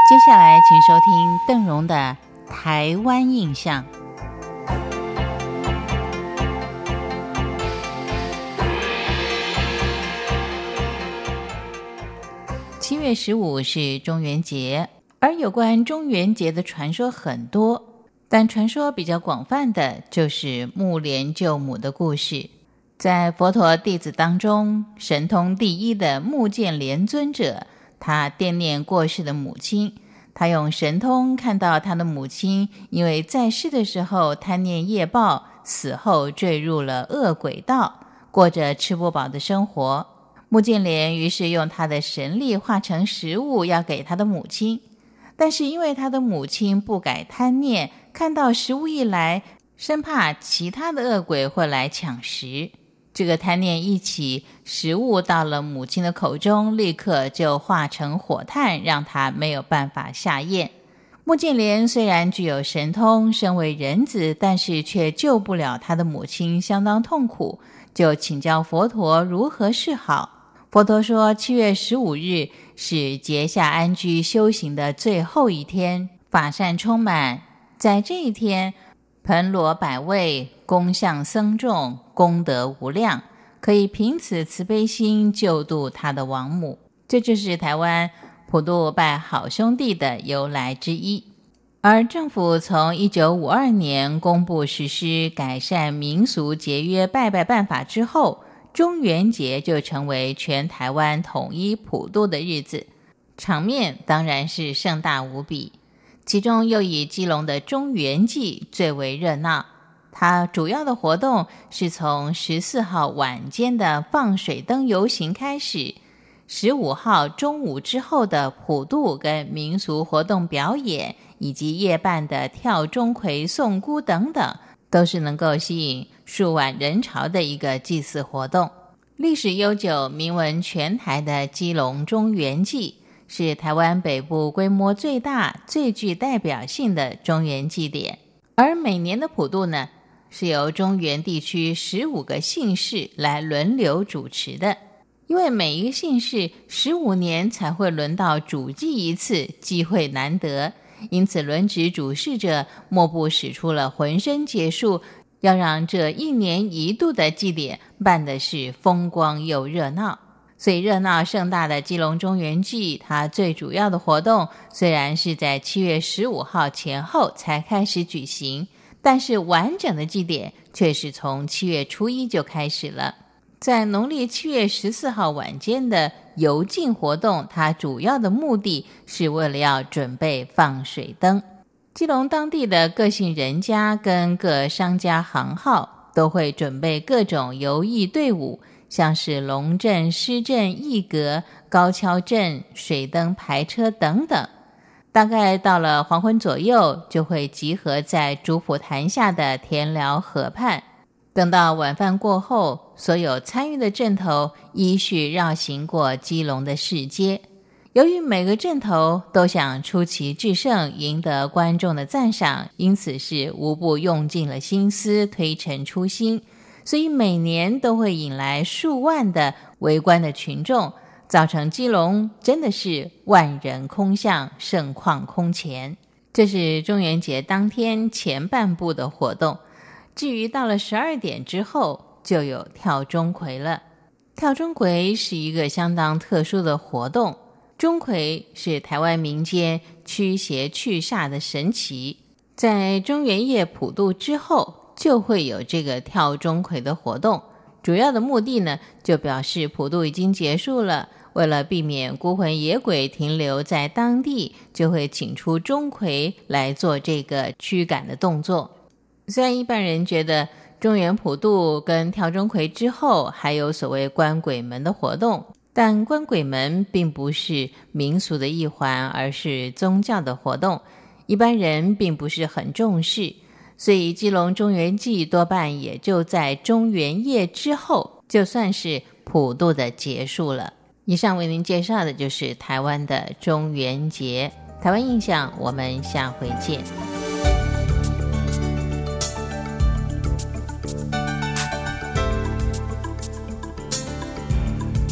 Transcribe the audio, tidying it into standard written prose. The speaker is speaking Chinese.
接下来请收听邓荣的台湾印象。7月15是中元节，而有关中元节的传说很多，但传说比较广泛的就是目连救母的故事。在佛陀弟子当中，神通第一的目犍连尊者，他惦念过世的母亲，他用神通看到他的母亲因为在世的时候贪念业报，死后坠入了恶鬼道，过着吃不饱的生活。目犍连于是用他的神力化成食物要给他的母亲，但是因为他的母亲不改贪念，看到食物一来，生怕其他的恶鬼会来抢食。这个贪念一起，食物到了母亲的口中，立刻就化成火炭，让他没有办法下咽。目犍连虽然具有神通，身为人子，但是却救不了他的母亲，相当痛苦，就请教佛陀如何是好。佛陀说7月15日是结下安居修行的最后一天，法善充满，在这一天盆罗百味，功相僧众，功德无量，可以凭此慈悲心救度他的亡母。这就是台湾普渡拜好兄弟的由来之一。而政府从1952年公布实施改善民俗节约拜拜办法之后，中元节就成为全台湾统一普渡的日子，场面当然是盛大无比。其中又以基隆的中元祭最为热闹，它主要的活动是从14号晚间的放水灯游行开始，15号中午之后的普渡跟民俗活动表演，以及夜半的跳钟馗、送姑等等，都是能够吸引数万人潮的一个祭祀活动。历史悠久、名闻全台的基隆中元祭，是台湾北部规模最大、最具代表性的中元祭典。而每年的普渡呢，是由中原地区15个姓氏来轮流主持的。因为每一个姓氏15年才会轮到主祭一次，机会难得，因此轮值主事者莫不使出了浑身解数，要让这1年1度的祭典办的是风光又热闹。所以热闹盛大的基隆中元祭，它最主要的活动虽然是在7月15号前后才开始举行，但是完整的祭典却是从7月初1就开始了。在农历7月14号晚间的游境活动，它主要的目的是为了要准备放水灯。基隆当地的各姓人家跟各商家行号都会准备各种游艺队伍，像是龙阵、狮阵、艺阁、高跷阵、水灯排车等等。大概到了黄昏左右，就会集合在竹埔潭下的田寮河畔。等到晚饭过后，所有参与的阵头依序绕行过基隆的市街。由于每个阵头都想出奇制胜，赢得观众的赞赏，因此是无不用尽了心思，推陈出新，所以每年都会引来数万的围观的群众，造成基隆真的是万人空巷，盛况空前。这是中元节当天前半部的活动。至于到了12点之后，就有跳钟馗了。跳钟馗是一个相当特殊的活动，钟馗是台湾民间驱邪去煞的神奇，在中元夜普渡之后，就会有这个跳钟馗的活动。主要的目的呢，就表示普渡已经结束了，为了避免孤魂野鬼停留在当地，就会请出钟馗来做这个驱赶的动作。虽然一般人觉得中元普渡跟跳钟馗之后还有所谓关鬼门的活动，但关鬼门并不是民俗的一环，而是宗教的活动，一般人并不是很重视，所以基隆中元祭多半也就在中元夜之后，就算是普渡的结束了。以上为您介绍的就是台湾的中元节。台湾印象，我们下回见。